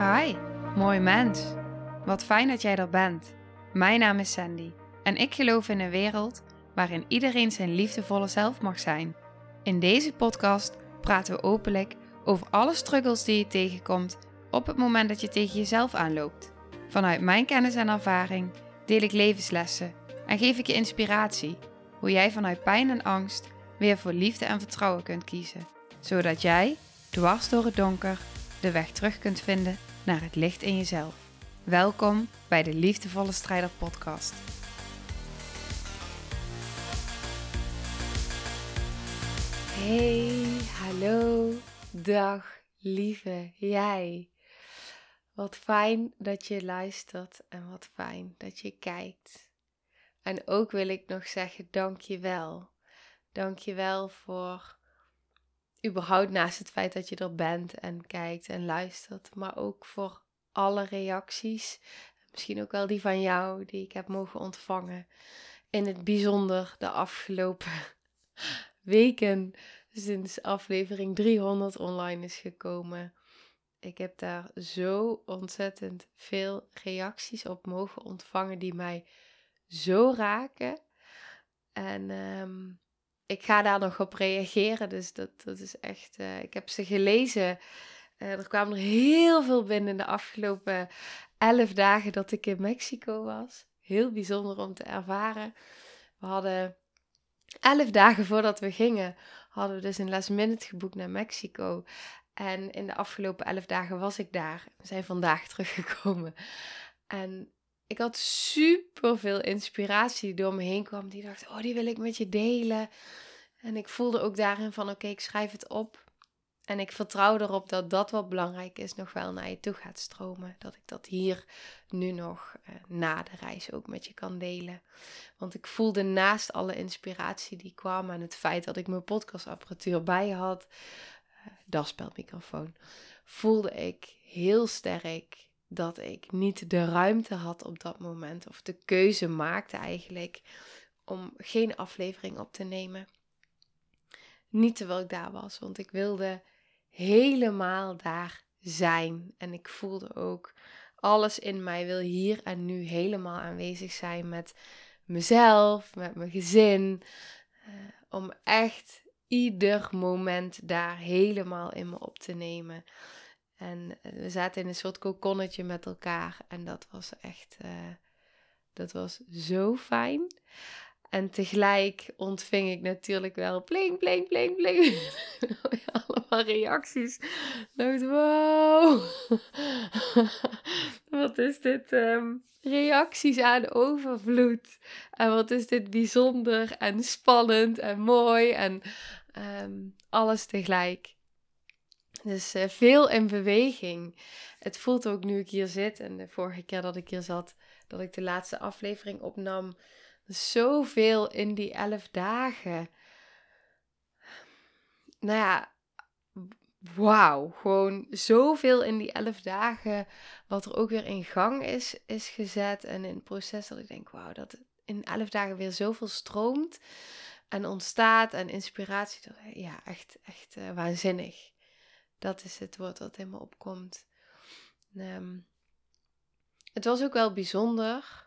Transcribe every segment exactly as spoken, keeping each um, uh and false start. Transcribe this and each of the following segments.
Hi, mooi mens. Wat fijn dat jij er bent. Mijn naam is Sandy en ik geloof in een wereld waarin iedereen zijn liefdevolle zelf mag zijn. In deze podcast praten we openlijk over alle struggles die je tegenkomt op het moment dat je tegen jezelf aanloopt. Vanuit mijn kennis en ervaring deel ik levenslessen en geef ik je inspiratie hoe jij vanuit pijn en angst weer voor liefde en vertrouwen kunt kiezen, zodat jij, dwars door het donker, de weg terug kunt vinden naar het licht in jezelf. Welkom bij de Liefdevolle Strijder podcast. Hey, hallo, dag, lieve jij. Wat fijn dat je luistert en wat fijn dat je kijkt. En ook wil ik nog zeggen, dank je wel. Dank je wel voor überhaupt naast het feit dat je er bent en kijkt en luistert, maar ook voor alle reacties, misschien ook wel die van jou die ik heb mogen ontvangen, in het bijzonder de afgelopen weken sinds aflevering driehonderd online is gekomen. Ik heb daar zo ontzettend veel reacties op mogen ontvangen die mij zo raken en um, ik ga daar nog op reageren, dus dat, dat is echt, uh, ik heb ze gelezen. Uh, er kwamen er heel veel binnen in de afgelopen elf dagen dat ik in Mexico was. Heel bijzonder om te ervaren. We hadden elf dagen voordat we gingen, hadden we dus een last minute geboekt naar Mexico. En in de afgelopen elf dagen was ik daar. We zijn vandaag teruggekomen. En ik had super veel inspiratie die door me heen kwam. Die dacht, oh, die wil ik met je delen. En ik voelde ook daarin van, oké, okay, ik schrijf het op. En ik vertrouw erop dat dat wat belangrijk is nog wel naar je toe gaat stromen. Dat ik dat hier nu nog uh, na de reis ook met je kan delen. Want ik voelde naast alle inspiratie die kwam en het feit dat ik mijn podcastapparatuur bij had, uh, daspeldmicrofoon, voelde ik heel sterk dat ik niet de ruimte had op dat moment. Of de keuze maakte eigenlijk om geen aflevering op te nemen. Niet terwijl ik daar was, want ik wilde helemaal daar zijn. En ik voelde ook, alles in mij wil hier en nu helemaal aanwezig zijn met mezelf, met mijn gezin. Uh, om echt ieder moment daar helemaal in me op te nemen. En we zaten in een soort kokonnetje met elkaar. En dat was echt, uh, dat was zo fijn. En tegelijk ontving ik natuurlijk wel pling, pling, pling, pling. Allemaal reacties. Ik dacht, wow. Wat is dit um, reacties aan overvloed. En wat is dit bijzonder en spannend en mooi. En um, alles tegelijk. Dus uh, veel in beweging. Het voelt ook nu ik hier zit. En de vorige keer dat ik hier zat, dat ik de laatste aflevering opnam. Zoveel in die elf dagen. Nou ja, wauw. Gewoon zoveel in die elf dagen. Wat er ook weer in gang is, is gezet. En in het proces dat ik denk, wauw, dat in elf dagen weer zoveel stroomt. En ontstaat en inspiratie. Dat, ja, echt, echt uh, waanzinnig. Dat is het woord dat in me opkomt. Um, het was ook wel bijzonder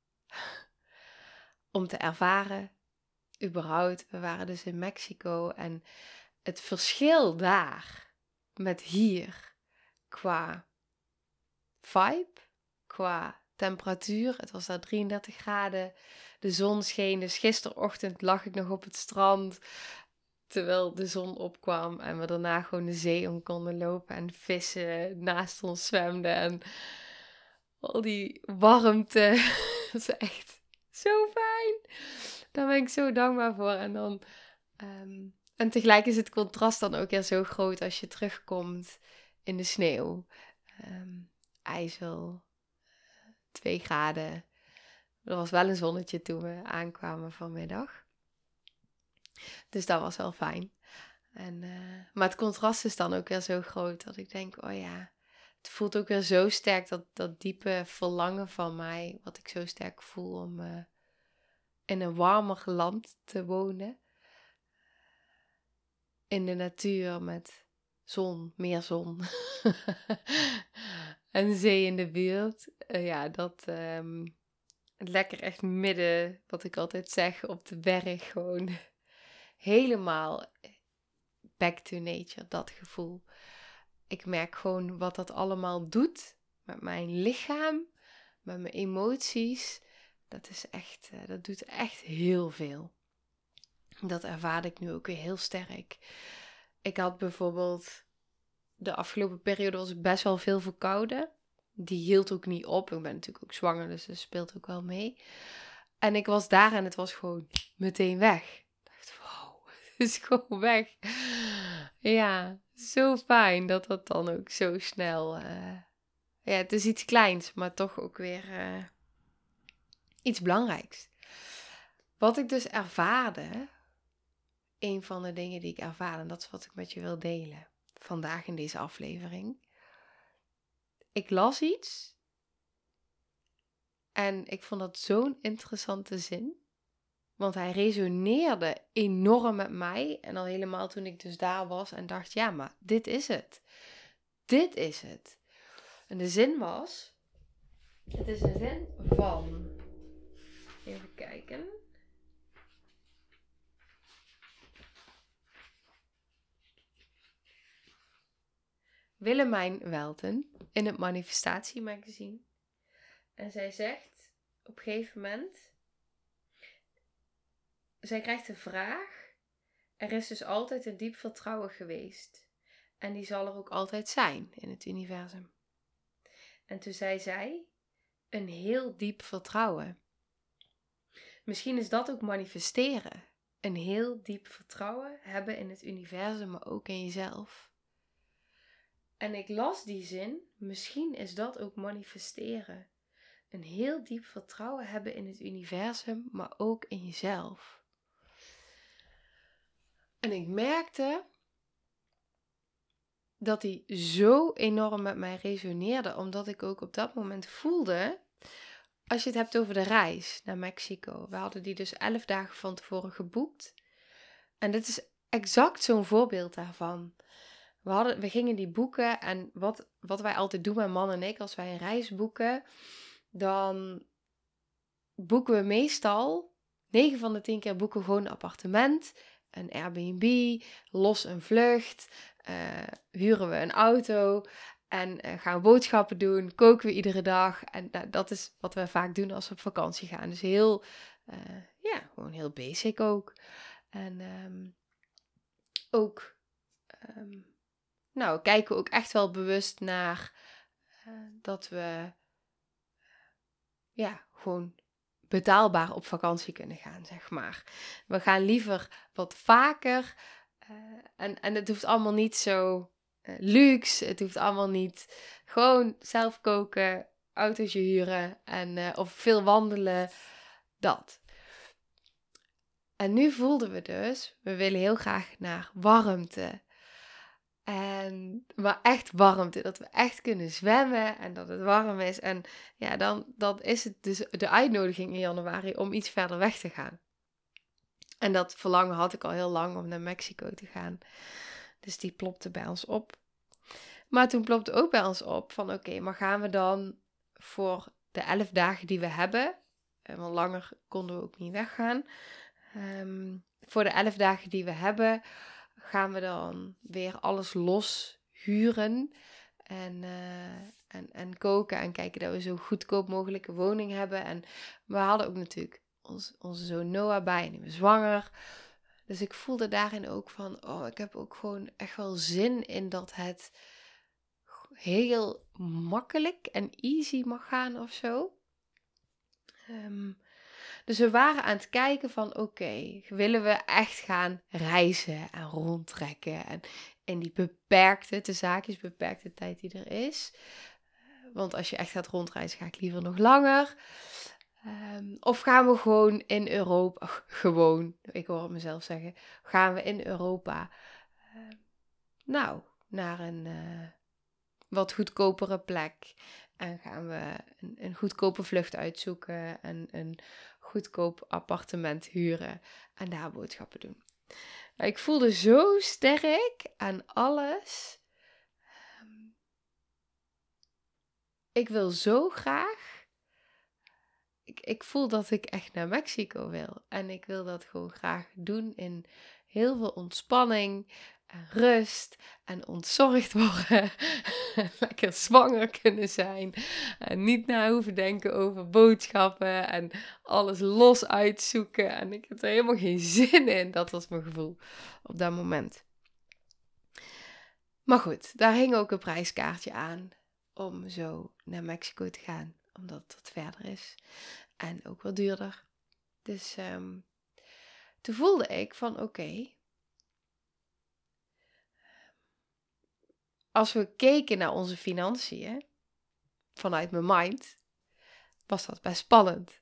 om te ervaren, überhaupt. We waren dus in Mexico en het verschil daar met hier qua vibe, qua temperatuur. Het was daar drieëndertig graden, de zon scheen. Dus gisterochtend lag ik nog op het strand terwijl de zon opkwam en we daarna gewoon de zee om konden lopen en vissen naast ons zwemden en al die warmte. Dat is echt zo fijn. Daar ben ik zo dankbaar voor. En dan um, en tegelijk is het contrast dan ook weer zo groot als je terugkomt in de sneeuw. Um, IJssel, twee graden. Er was wel een zonnetje toen we aankwamen vanmiddag. Dus dat was wel fijn. En, uh, maar het contrast is dan ook weer zo groot dat ik denk, oh ja, het voelt ook weer zo sterk dat, dat diepe verlangen van mij, wat ik zo sterk voel om uh, in een warmer land te wonen. In de natuur met zon, meer zon. en zee in de buurt. Uh, ja, dat um, lekker echt midden, wat ik altijd zeg, op de berg gewoon helemaal back to nature, dat gevoel. Ik merk gewoon wat dat allemaal doet met mijn lichaam, met mijn emoties. Dat is echt, uh, dat doet echt heel veel. Dat ervaar ik nu ook weer heel sterk. Ik had bijvoorbeeld, de afgelopen periode was ik best wel veel verkouden. Die hield ook niet op. Ik ben natuurlijk ook zwanger, dus dat speelt ook wel mee. En ik was daar en het was gewoon meteen weg. Ik dacht, wow, het is gewoon weg. Ja, zo fijn dat dat dan ook zo snel... Uh, ja, het is iets kleins, maar toch ook weer uh, iets belangrijks. Wat ik dus ervaarde, een van de dingen die ik ervaarde, en dat is wat ik met je wil delen vandaag in deze aflevering. Ik las iets en ik vond dat zo'n interessante zin. Want hij resoneerde enorm met mij. En al helemaal toen ik dus daar was en dacht, ja, maar dit is het. Dit is het. En de zin was, het is een zin van, even kijken. Willemijn Welten in het Manifestatiemagazine. En zij zegt op een gegeven moment, zij krijgt de vraag, er is dus altijd een diep vertrouwen geweest. En die zal er ook altijd zijn in het universum. En toen zei zij, een heel diep vertrouwen. Misschien is dat ook manifesteren. Een heel diep vertrouwen hebben in het universum, maar ook in jezelf. En ik las die zin, misschien is dat ook manifesteren. Een heel diep vertrouwen hebben in het universum, maar ook in jezelf. En ik merkte dat die zo enorm met mij resoneerde, omdat ik ook op dat moment voelde, als je het hebt over de reis naar Mexico. We hadden die dus elf dagen van tevoren geboekt. En dit is exact zo'n voorbeeld daarvan. We, hadden, we gingen die boeken en wat, wat wij altijd doen, mijn man en ik, als wij een reis boeken, dan boeken we meestal, negen van de tien keer boeken we gewoon een appartement, een Airbnb, los een vlucht, uh, huren we een auto en uh, gaan we boodschappen doen, koken we iedere dag. En uh, dat is wat we vaak doen als we op vakantie gaan. Dus heel, uh, ja, gewoon heel basic ook. En um, ook, um, nou, kijken we ook echt wel bewust naar uh, dat we, ja, gewoon betaalbaar op vakantie kunnen gaan, zeg maar. We gaan liever wat vaker. Uh, en, en het hoeft allemaal niet zo uh, luxe. Het hoeft allemaal niet gewoon zelf koken, autootje huren en, uh, of veel wandelen. Dat. En nu voelden we dus, we willen heel graag naar warmte. En, maar echt warmte, dat we echt kunnen zwemmen en dat het warm is. En ja, dan, dan is het dus de uitnodiging in januari om iets verder weg te gaan. En dat verlangen had ik al heel lang om naar Mexico te gaan. Dus die plopte bij ons op. Maar toen plopte ook bij ons op van oké, okay, maar gaan we dan voor de elf dagen die we hebben, want langer konden we ook niet weggaan. Um, voor de elf dagen die we hebben, gaan we dan weer alles los huren en, uh, en, en koken en kijken dat we zo goedkoop mogelijke woning hebben. En we hadden ook natuurlijk ons, onze zoon Noah bij en die was zwanger. Dus ik voelde daarin ook van, oh, ik heb ook gewoon echt wel zin in dat het heel makkelijk en easy mag gaan of zo. Um, Dus we waren aan het kijken van oké, okay, willen we echt gaan reizen en rondtrekken en in die beperkte, de zaakjes beperkte tijd die er is. Want als je echt gaat rondreizen, ga ik liever nog langer. Um, of gaan we gewoon in Europa, oh, gewoon, ik hoor het mezelf zeggen, gaan we in Europa, uh, nou, naar een uh, wat goedkopere plek. En gaan we een, een goedkope vlucht uitzoeken en een goedkoop appartement huren en daar boodschappen doen. Maar ik voelde zo sterk aan alles. Um, ik wil zo graag, ik, ik voel dat ik echt naar Mexico wil. En ik wil dat gewoon graag doen in heel veel ontspanning en rust en ontzorgd worden. Lekker zwanger kunnen zijn. En niet na hoeven denken over boodschappen en alles los uitzoeken. En ik heb er helemaal geen zin in. Dat was mijn gevoel op dat moment. Maar goed, daar hing ook een prijskaartje aan om zo naar Mexico te gaan. Omdat het wat verder is. En ook wat duurder. Dus um, toen voelde ik van oké. Okay, als we keken naar onze financiën, vanuit mijn mind, was dat best spannend.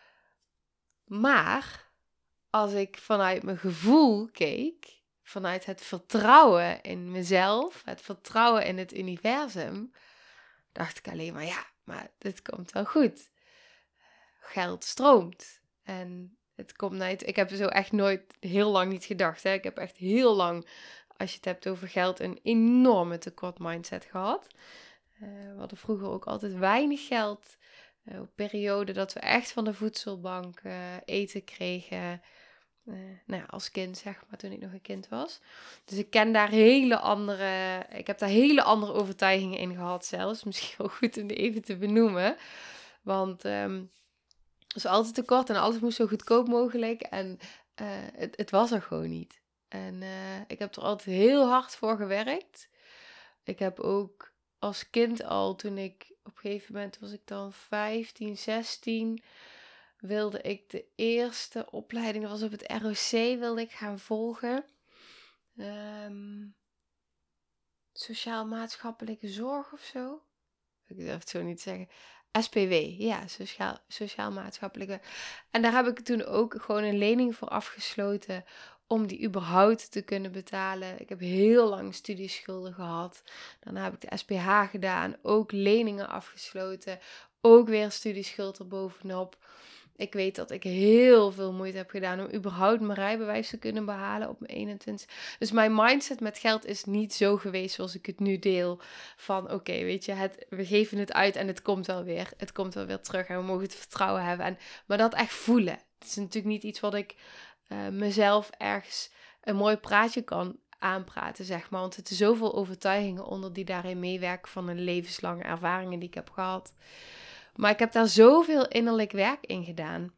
Maar als ik vanuit mijn gevoel keek, vanuit het vertrouwen in mezelf, het vertrouwen in het universum, dacht ik alleen maar ja, maar dit komt wel goed. Geld stroomt. En het komt niet. Ik heb zo echt nooit heel lang niet gedacht. Hè. Ik heb echt heel lang, als je het hebt over geld, een enorme tekort mindset gehad. Uh, we hadden vroeger ook altijd weinig geld. Uh, op periode dat we echt van de voedselbank uh, eten kregen. Uh, nou ja, als kind zeg maar, toen ik nog een kind was. Dus ik ken daar hele andere, ik heb daar hele andere overtuigingen in gehad zelfs. Misschien wel goed om die even te benoemen. Want um, er was altijd tekort en alles moest zo goedkoop mogelijk. En uh, het, het was er gewoon niet. En uh, ik heb er altijd heel hard voor gewerkt. Ik heb ook als kind al, toen ik op een gegeven moment was ik dan vijftien, zestien, wilde ik de eerste opleiding, dat was op het R O C, wilde ik gaan volgen. Um, Sociaal-maatschappelijke zorg of zo. Ik durf het zo niet te zeggen. S P W, ja, sociaal, sociaal-maatschappelijke. En daar heb ik toen ook gewoon een lening voor afgesloten om die überhaupt te kunnen betalen. Ik heb heel lang studieschulden gehad. Daarna heb ik de S P H gedaan, ook leningen afgesloten. Ook weer studieschuld erbovenop. Ik weet dat ik heel veel moeite heb gedaan om überhaupt mijn rijbewijs te kunnen behalen op mijn eenentwintigste. Dus mijn mindset met geld is niet zo geweest zoals ik het nu deel. Van oké, okay, weet je, het, we geven het uit en het komt wel weer. Het komt wel weer terug en we mogen het vertrouwen hebben. En, maar dat echt voelen. Het is natuurlijk niet iets wat ik uh, mezelf ergens een mooi praatje kan aanpraten, zeg maar. Want het is zoveel overtuigingen onder die daarin meewerken van een levenslange ervaringen die ik heb gehad. Maar ik heb daar zoveel innerlijk werk in gedaan.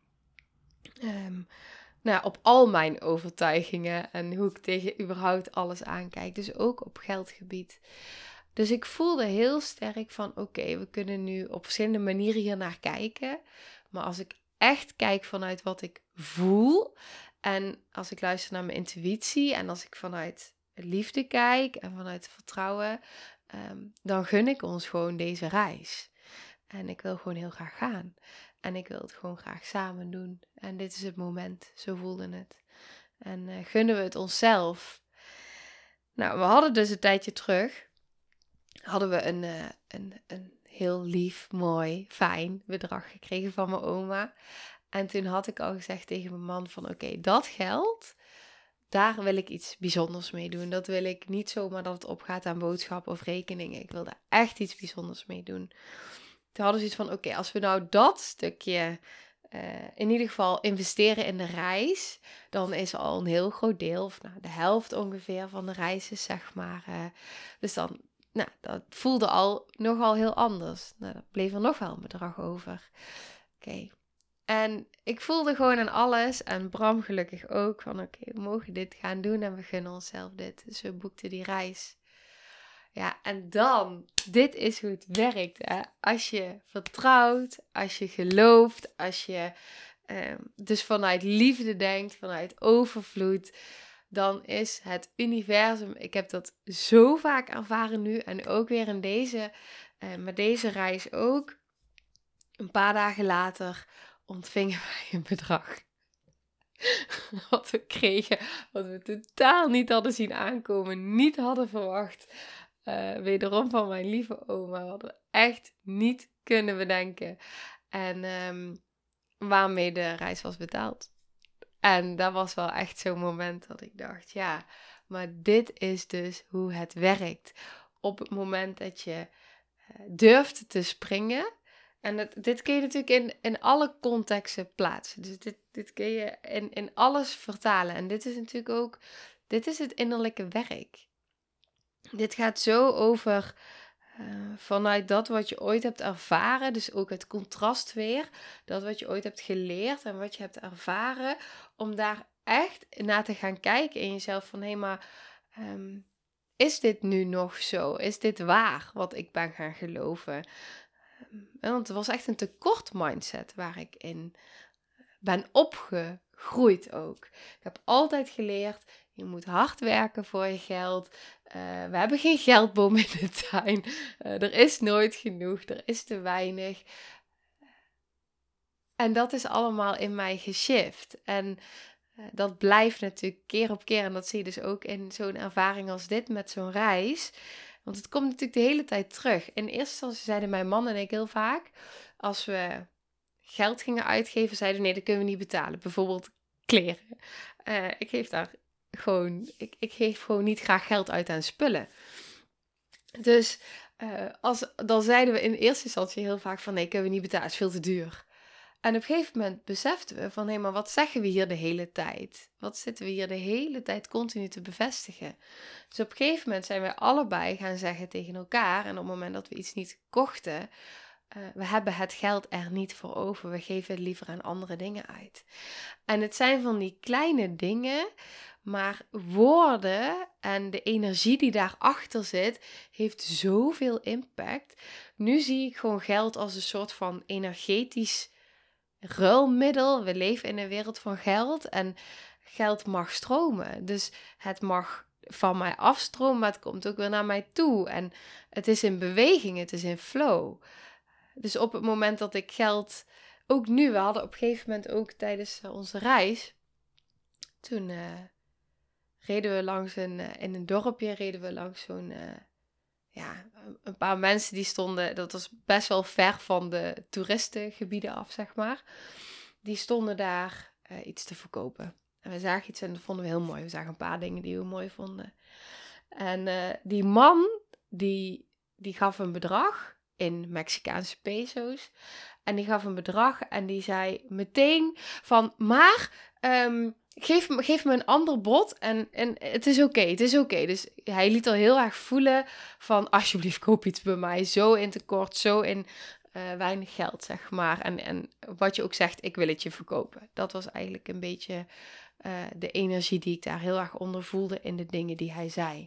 Um, nou, op al mijn overtuigingen en hoe ik tegen überhaupt alles aankijk. Dus ook op geldgebied. Dus ik voelde heel sterk van oké, okay, we kunnen nu op verschillende manieren hier naar kijken. Maar als ik echt kijk vanuit wat ik voel en als ik luister naar mijn intuïtie en als ik vanuit liefde kijk en vanuit vertrouwen, um, dan gun ik ons gewoon deze reis. En ik wil gewoon heel graag gaan. En ik wil het gewoon graag samen doen. En dit is het moment. Zo voelde het. En uh, gunnen we het onszelf. Nou, we hadden dus een tijdje terug. Hadden we een, uh, een, een heel lief, mooi, fijn bedrag gekregen van mijn oma. En toen had ik al gezegd tegen mijn man van oké, okay, dat geld, daar wil ik iets bijzonders mee doen. Dat wil ik niet zomaar dat het opgaat aan boodschappen of rekeningen. Ik wil daar echt iets bijzonders mee doen. Toen hadden ze iets van, oké, okay, als we nou dat stukje uh, in ieder geval investeren in de reis, dan is al een heel groot deel, of nou, de helft ongeveer van de reis is, zeg maar. Uh, dus dan, nou, dat voelde al nogal heel anders. Nou, dan bleef er nog wel een bedrag over. Oké. Okay. En ik voelde gewoon aan alles, en Bram gelukkig ook, van oké, okay, we mogen dit gaan doen en we gunnen onszelf dit. Dus we boekten die reis. Ja, en dan, dit is hoe het werkt, hè. Als je vertrouwt, als je gelooft, als je eh, dus vanuit liefde denkt, vanuit overvloed, dan is het universum, ik heb dat zo vaak ervaren nu en ook weer in deze, eh, met deze reis ook, een paar dagen later ontvingen wij een bedrag. Wat we kregen, wat we totaal niet hadden zien aankomen, niet hadden verwacht. Uh, wederom van mijn lieve oma. We hadden echt niet kunnen bedenken. En um, waarmee de reis was betaald. En dat was wel echt zo'n moment dat ik dacht, ja, maar dit is dus hoe het werkt. Op het moment dat je durft te springen. En dat, dit kun je natuurlijk in, in alle contexten plaatsen. Dus dit, dit kun je in, in alles vertalen. En dit is natuurlijk ook, dit is het innerlijke werk. Dit gaat zo over uh, vanuit dat wat je ooit hebt ervaren. Dus ook het contrast weer. Dat wat je ooit hebt geleerd en wat je hebt ervaren. Om daar echt naar te gaan kijken in jezelf van hé, hey, maar um, is dit nu nog zo? Is dit waar wat ik ben gaan geloven? Want het was echt een tekort mindset waar ik in ben opgegroeid ook. Ik heb altijd geleerd, je moet hard werken voor je geld. Uh, we hebben geen geldboom in de tuin. Uh, er is nooit genoeg, er is te weinig. En dat is allemaal in mij geshift. En uh, dat blijft natuurlijk keer op keer. En dat zie je dus ook in zo'n ervaring als dit met zo'n reis. Want het komt natuurlijk de hele tijd terug. In eerste instantie zeiden mijn man en ik heel vaak, als we geld gingen uitgeven, zeiden we nee, dat kunnen we niet betalen. Bijvoorbeeld kleren. Uh, ik geef daar gewoon, ik, ik geef gewoon niet graag geld uit aan spullen. Dus uh, als, dan zeiden we in eerste instantie heel vaak van nee, kunnen we niet betalen, het is veel te duur. En op een gegeven moment beseften we van hé, maar wat zeggen we hier de hele tijd? Wat zitten we hier de hele tijd continu te bevestigen? Dus op een gegeven moment zijn we allebei gaan zeggen tegen elkaar, en op het moment dat we iets niet kochten, uh, we hebben het geld er niet voor over. We geven het liever aan andere dingen uit. En het zijn van die kleine dingen, maar woorden en de energie die daarachter zit, heeft zoveel impact. Nu zie ik gewoon geld als een soort van energetisch ruilmiddel. We leven in een wereld van geld en geld mag stromen. Dus het mag van mij afstromen, maar het komt ook weer naar mij toe. En het is in beweging, het is in flow. Dus op het moment dat ik geld, ook nu, we hadden op een gegeven moment ook tijdens onze reis, toen uh, reden we langs een, uh, in een dorpje, reden we langs zo'n, uh, ja, een paar mensen die stonden, dat was best wel ver van de toeristengebieden af, zeg maar. Die stonden daar uh, iets te verkopen. En we zagen iets en dat vonden we heel mooi. We zagen een paar dingen die we mooi vonden. En uh, die man, die, die gaf een bedrag in Mexicaanse peso's. En die gaf een bedrag en die zei meteen van, maar um, geef, me, geef me een ander bod en, en het is oké, okay, het is oké. Okay. Dus hij liet al heel erg voelen van, alsjeblieft koop iets bij mij. Zo in tekort, zo in uh, weinig geld, zeg maar. En, en wat je ook zegt, ik wil het je verkopen. Dat was eigenlijk een beetje uh, de energie die ik daar heel erg onder voelde in de dingen die hij zei.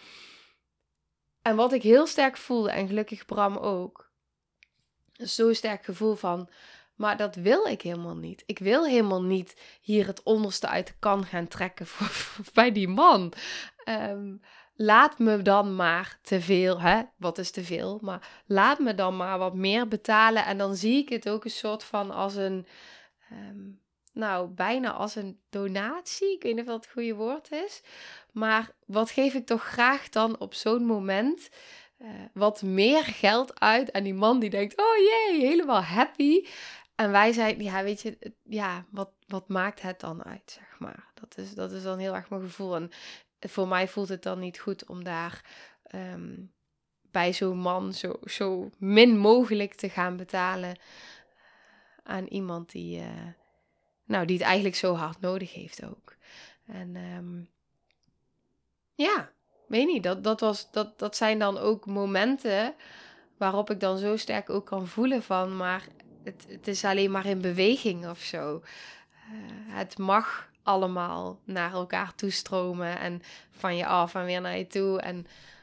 En wat ik heel sterk voelde, en gelukkig Bram ook, zo'n sterk gevoel van, maar dat wil ik helemaal niet. Ik wil helemaal niet hier het onderste uit de kan gaan trekken voor, voor, bij die man. Um, laat me dan maar te veel, hè? Wat is te veel? Maar laat me dan maar wat meer betalen. En dan zie ik het ook een soort van als een, um, nou, bijna als een donatie. Ik weet niet of dat het goede woord is. Maar wat geef ik toch graag dan op zo'n moment Uh, wat meer geld uit. En die man die denkt, oh jee, helemaal happy. En wij zeiden, ja, weet je, ja, wat, wat maakt het dan uit, zeg maar. Dat is, dat is dan heel erg mijn gevoel. En voor mij voelt het dan niet goed om daar um, bij zo'n man zo, zo min mogelijk te gaan betalen aan iemand die, uh, nou, die het eigenlijk zo hard nodig heeft ook. En um, ja, weet niet, dat, dat, was, dat, dat zijn dan ook momenten waarop ik dan zo sterk ook kan voelen van, maar het, het is alleen maar in beweging of zo. Uh, het mag allemaal naar elkaar toestromen en van je af en weer naar je toe. En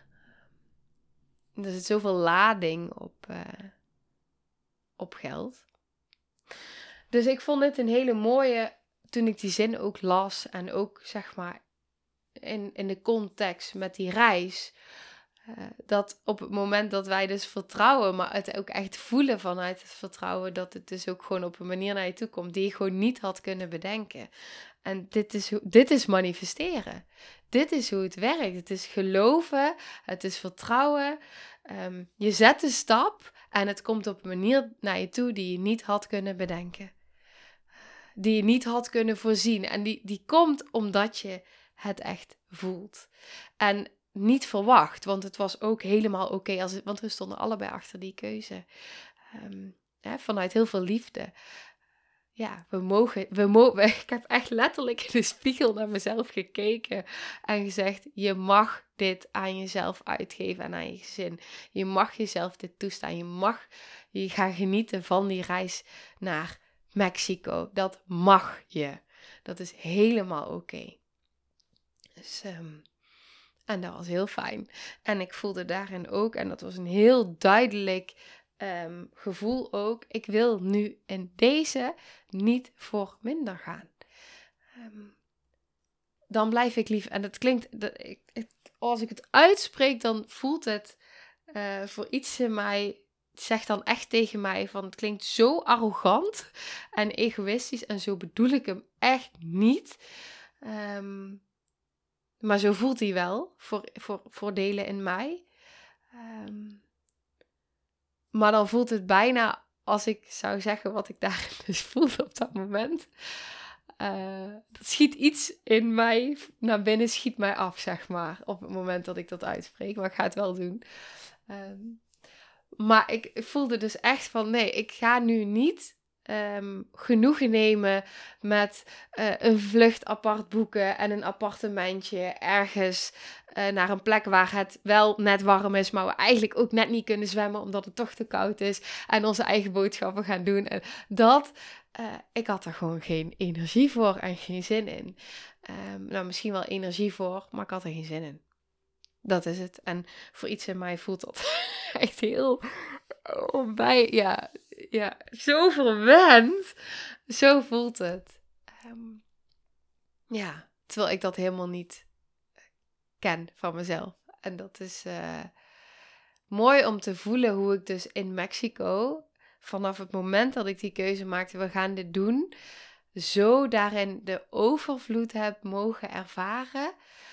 er zit zoveel lading op, uh, op geld. Dus ik vond dit een hele mooie, toen ik die zin ook las en ook zeg maar in, in de context met die reis, uh, dat op het moment dat wij dus vertrouwen, maar het ook echt voelen vanuit het vertrouwen, dat het dus ook gewoon op een manier naar je toe komt die je gewoon niet had kunnen bedenken. En dit is, dit is manifesteren. Dit is hoe het werkt. Het is geloven, het is vertrouwen. Um, je zet een stap en het komt op een manier naar je toe die je niet had kunnen bedenken. Die je niet had kunnen voorzien. En die, die komt omdat je het echt voelt. En niet verwacht. Want het was ook helemaal oké. Okay als het, want we stonden allebei achter die keuze. Um, hè, vanuit heel veel liefde. Ja, we mogen, we mogen, ik heb echt letterlijk in de spiegel naar mezelf gekeken en gezegd, je mag dit aan jezelf uitgeven en aan je gezin. Je mag jezelf dit toestaan. Je mag je gaan genieten van die reis naar Mexico. Dat mag je. Dat is helemaal oké. Okay. Dus, um, en dat was heel fijn. En ik voelde daarin ook, en dat was een heel duidelijk um, gevoel ook, ik wil nu in deze niet voor minder gaan. Um, dan blijf ik lief. En dat klinkt, dat, ik, ik, als ik het uitspreek, dan voelt het uh, voor iets in mij, zegt dan echt tegen mij van, het klinkt zo arrogant en egoïstisch en zo bedoel ik hem echt niet. Um, Maar zo voelt hij wel, voor, voor, voor delen in mij. Um, maar dan voelt het bijna als ik zou zeggen wat ik daar dus voelde op dat moment. Uh, dat schiet iets in mij, naar binnen schiet mij af, zeg maar. Op het moment dat ik dat uitspreek, maar ik ga het wel doen. Um, maar ik voelde dus echt van, nee, ik ga nu niet Um, genoegen nemen met uh, een vlucht apart boeken en een appartementje ergens uh, naar een plek waar het wel net warm is, maar we eigenlijk ook net niet kunnen zwemmen omdat het toch te koud is en onze eigen boodschappen gaan doen. En dat, uh, ik had er gewoon geen energie voor en geen zin in. Um, nou, misschien wel energie voor, maar ik had er geen zin in. Dat is het. En voor iets in mij voelt dat echt heel bij, ja, ja, zo verwend. Zo voelt het. Um, ja, terwijl ik dat helemaal niet ken van mezelf. En dat is uh, mooi om te voelen hoe ik dus in Mexico, vanaf het moment dat ik die keuze maakte, we gaan dit doen, zo daarin de overvloed heb mogen ervaren.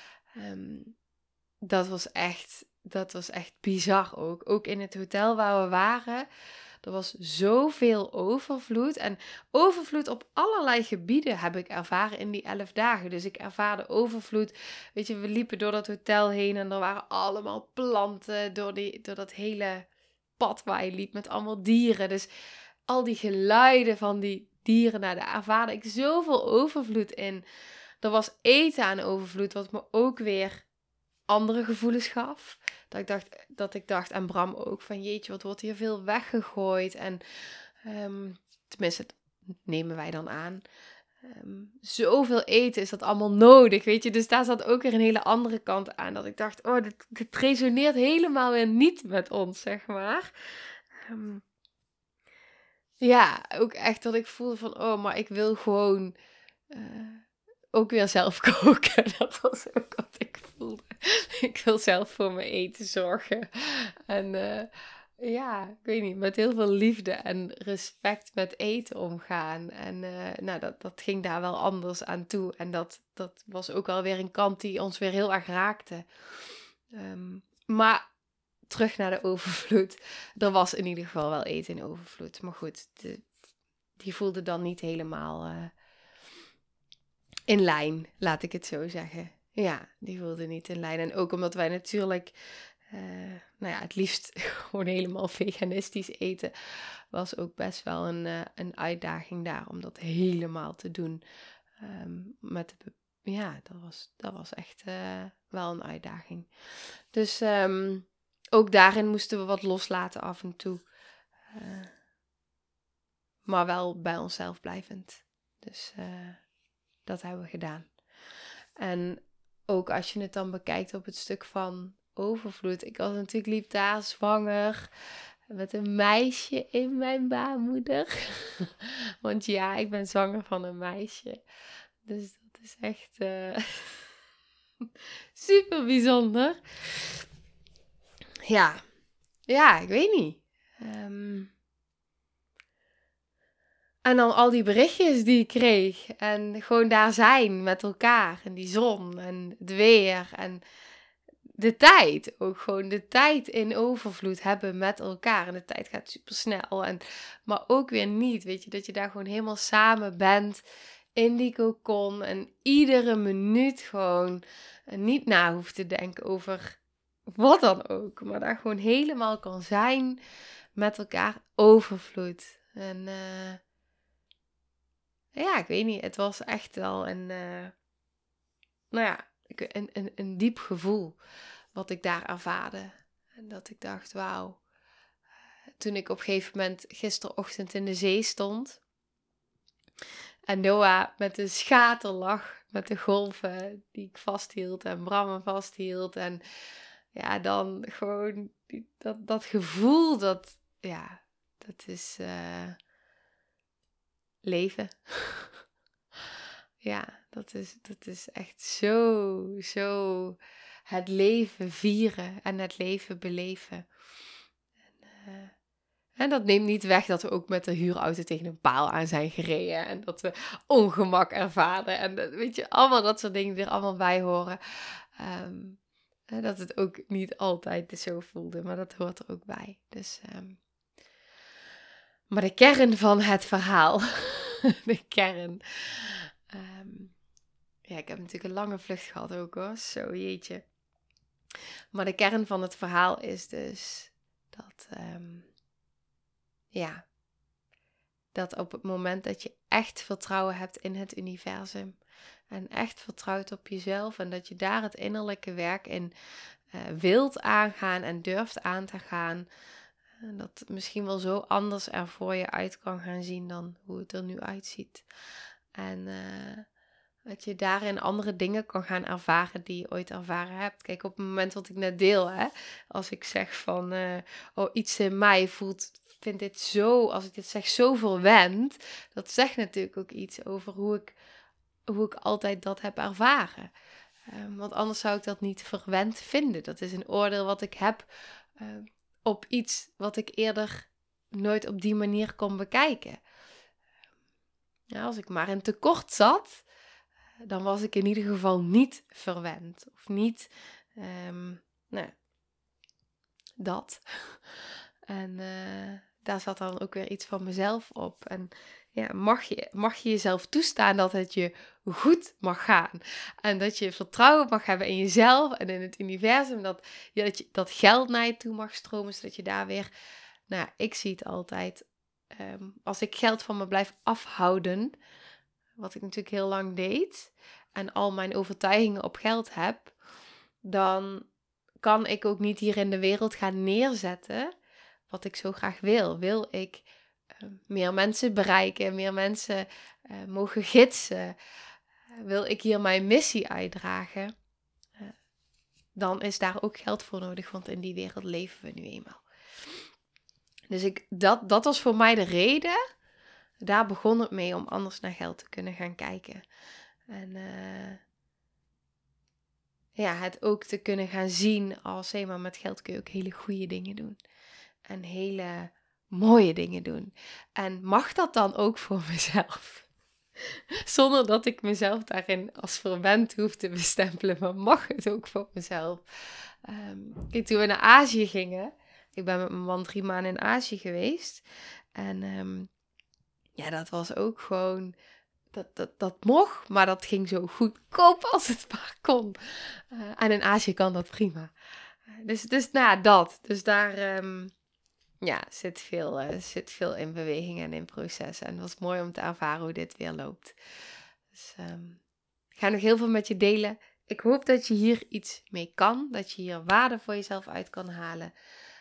Um, dat was echt, dat was echt bizar ook. Ook in het hotel waar we waren. Er was zoveel overvloed. En overvloed op allerlei gebieden heb ik ervaren in die elf dagen. Dus ik ervaarde overvloed. Weet je, we liepen door dat hotel heen en er waren allemaal planten. Door, die, door dat hele pad waar je liep met allemaal dieren. Dus al die geluiden van die dieren. Nou, daar ervaarde ik zoveel overvloed in. Er was eten aan overvloed, wat me ook weer andere gevoelens gaf. Dat ik dacht, dat ik dacht en Bram ook, van jeetje, wat wordt hier veel weggegooid. En um, tenminste, dat nemen wij dan aan. Um, zoveel eten is dat allemaal nodig, weet je. Dus daar zat ook weer een hele andere kant aan. Dat ik dacht, oh, dit, dit resoneert helemaal weer niet met ons, zeg maar. Um, ja, ook echt dat ik voelde van, oh, maar ik wil gewoon Uh, ook weer zelf koken. Dat was ook wat ik voelde. Ik wil zelf voor mijn eten zorgen. En uh, ja, ik weet niet, met heel veel liefde en respect met eten omgaan. En uh, nou, dat, dat ging daar wel anders aan toe. En dat, dat was ook wel weer een kant die ons weer heel erg raakte. Um, maar terug naar de overvloed. Er was in ieder geval wel eten in overvloed. Maar goed, de, die voelde dan niet helemaal Uh, in lijn, laat ik het zo zeggen. Ja, die voelde niet in lijn. En ook omdat wij natuurlijk, uh, nou ja, het liefst gewoon helemaal veganistisch eten, was ook best wel een, uh, een uitdaging daar om dat helemaal te doen. Um, met de, ja, dat was, dat was echt uh, wel een uitdaging. Dus um, ook daarin moesten we wat loslaten af en toe. Uh, maar wel bij onszelf blijvend. Dus Uh, dat hebben we gedaan. En ook als je het dan bekijkt op het stuk van overvloed. Ik was natuurlijk liep daar zwanger met een meisje in mijn baarmoeder. Want ja, ik ben zwanger van een meisje. Dus dat is echt uh, super bijzonder. Ja, ja, ik weet niet. Um, En dan al die berichtjes die ik kreeg. En gewoon daar zijn met elkaar. En die zon en het weer. En de tijd. Ook gewoon de tijd in overvloed hebben met elkaar. En de tijd gaat super snel. En, maar ook weer niet. Weet je, dat je daar gewoon helemaal samen bent. In die cocon. En iedere minuut gewoon En niet na hoeft te denken over wat dan ook. Maar daar gewoon helemaal kan zijn. Met elkaar overvloeit. En uh, ja, ik weet niet. Het was echt wel een, uh, nou ja, een, een, een diep gevoel. Wat ik daar ervaarde. En dat ik dacht, wauw. Toen ik op een gegeven moment gisterochtend in de zee stond. En Noah met een schaterlach, met de golven die ik vasthield en Bram me vasthield. En ja, dan gewoon die, dat, dat gevoel, dat, ja, dat is uh, leven. Ja, dat is, dat is echt zo, zo het leven vieren en het leven beleven. En, uh, En dat neemt niet weg dat we ook met de huurauto tegen een paal aan zijn gereden. En dat we ongemak ervaren. En dat, weet je, allemaal dat soort dingen die er allemaal bij horen. Um, dat het ook niet altijd zo voelde, maar dat hoort er ook bij. Dus, um, maar de kern van het verhaal. de kern. Um, ja, ik heb natuurlijk een lange vlucht gehad ook hoor. Zo jeetje. Maar de kern van het verhaal is dus dat... Um, Ja, dat op het moment dat je echt vertrouwen hebt in het universum en echt vertrouwt op jezelf en dat je daar het innerlijke werk in uh, wilt aangaan en durft aan te gaan, en dat het misschien wel zo anders er voor je uit kan gaan zien dan hoe het er nu uitziet. En uh, dat je daarin andere dingen kan gaan ervaren die je ooit ervaren hebt. Kijk, op het moment wat ik net deel, hè, als ik zeg van, uh, oh, iets in mij voelt, vind dit zo, als ik dit zeg, zo verwend. Dat zegt natuurlijk ook iets over hoe ik, hoe ik altijd dat heb ervaren. Um, want anders zou ik dat niet verwend vinden. Dat is een oordeel wat ik heb uh, op iets wat ik eerder nooit op die manier kon bekijken. Ja, als ik maar in tekort zat, dan was ik in ieder geval niet verwend. Of niet, um, nou, dat. En uh, daar zat dan ook weer iets van mezelf op. En ja, mag je, mag je jezelf toestaan dat het je goed mag gaan. En dat je vertrouwen mag hebben in jezelf en in het universum. Dat, ja, dat, je, dat geld naar je toe mag stromen, zodat je daar weer... Nou, ik zie het altijd. Um, als ik geld van me blijf afhouden, wat ik natuurlijk heel lang deed, en al mijn overtuigingen op geld heb, dan kan ik ook niet hier in de wereld gaan neerzetten wat ik zo graag wil. Wil ik uh, meer mensen bereiken, meer mensen uh, mogen gidsen? Uh, wil ik hier mijn missie uitdragen? Uh, dan is daar ook geld voor nodig, want in die wereld leven we nu eenmaal. Dus ik, dat, dat was voor mij de reden. Daar begon het mee om anders naar geld te kunnen gaan kijken. En uh, ja, het ook te kunnen gaan zien als, hé, maar met geld kun je ook hele goede dingen doen. En hele mooie dingen doen. En mag dat dan ook voor mezelf? Zonder dat ik mezelf daarin als verwend hoef te bestempelen, maar mag het ook voor mezelf? Um, kijk, toen we naar Azië gingen, ik ben met mijn man drie maanden in Azië geweest. En um, ja, dat was ook gewoon, dat, dat, dat mocht, maar dat ging zo goedkoop als het maar kon. Uh, en in Azië kan dat prima. Uh, dus, dus nou ja, dat. Dus daar... Um, Ja, zit veel, uh, zit veel in beweging en in proces. En het was mooi om te ervaren hoe dit weer loopt. Dus um, ik ga nog heel veel met je delen. Ik hoop dat je hier iets mee kan. Dat je hier waarde voor jezelf uit kan halen.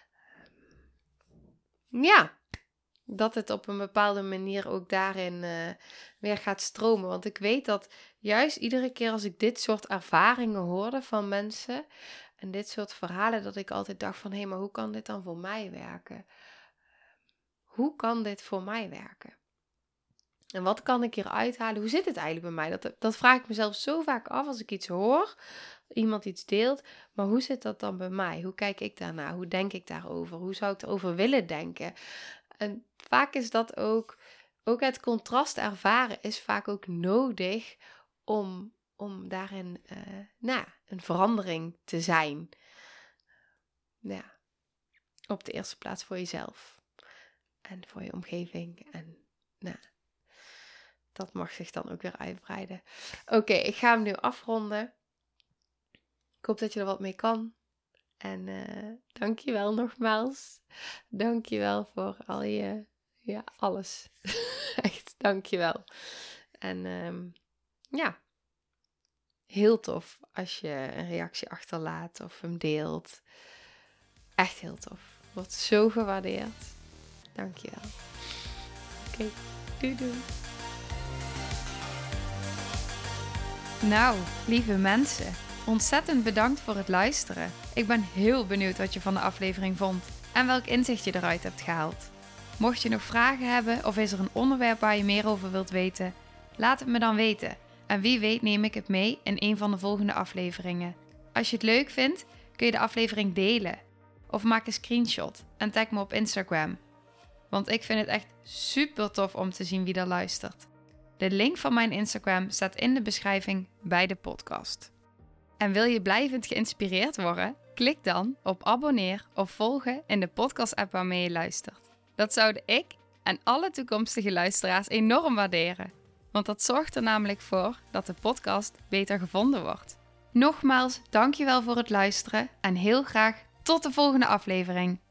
Um, ja, dat het op een bepaalde manier ook daarin uh, weer gaat stromen. Want ik weet dat juist iedere keer als ik dit soort ervaringen hoorde van mensen... En dit soort verhalen, dat ik altijd dacht van... hé, maar hoe kan dit dan voor mij werken? Hoe kan dit voor mij werken? En wat kan ik hier uithalen? Hoe zit het eigenlijk bij mij? Dat, dat vraag ik mezelf zo vaak af als ik iets hoor, iemand iets deelt. Maar hoe zit dat dan bij mij? Hoe kijk ik daarnaar? Hoe denk ik daarover? Hoe zou ik erover willen denken? En vaak is dat ook, ook het contrast ervaren is vaak ook nodig om, om daarin uh, nou, een verandering te zijn. Ja, op de eerste plaats voor jezelf. En voor je omgeving. En nou, dat mag zich dan ook weer uitbreiden. Oké, okay, ik ga hem nu afronden. Ik hoop dat je er wat mee kan. En uh, dank je wel nogmaals. Dank je wel voor al je, ja, alles. Echt, dank je wel. En um, ja, heel tof als je een reactie achterlaat of hem deelt. Echt heel tof. Wordt zo gewaardeerd. Dank je wel. Oké, okay. Doei doei. Nou, lieve mensen, ontzettend bedankt voor het luisteren. Ik ben heel benieuwd wat je van de aflevering vond en welk inzicht je eruit hebt gehaald. Mocht je nog vragen hebben of is er een onderwerp waar je meer over wilt weten, laat het me dan weten. En wie weet neem ik het mee in een van de volgende afleveringen. Als je het leuk vindt, kun je de aflevering delen. Of maak een screenshot en tag me op Instagram. Want ik vind het echt super tof om te zien wie er luistert. De link van mijn Instagram staat in de beschrijving bij de podcast. En wil je blijvend geïnspireerd worden? Klik dan op abonneer of volgen in de podcast-app waarmee je luistert. Dat zouden ik en alle toekomstige luisteraars enorm waarderen. Want dat zorgt er namelijk voor dat de podcast beter gevonden wordt. Nogmaals, dankjewel voor het luisteren en heel graag tot de volgende aflevering.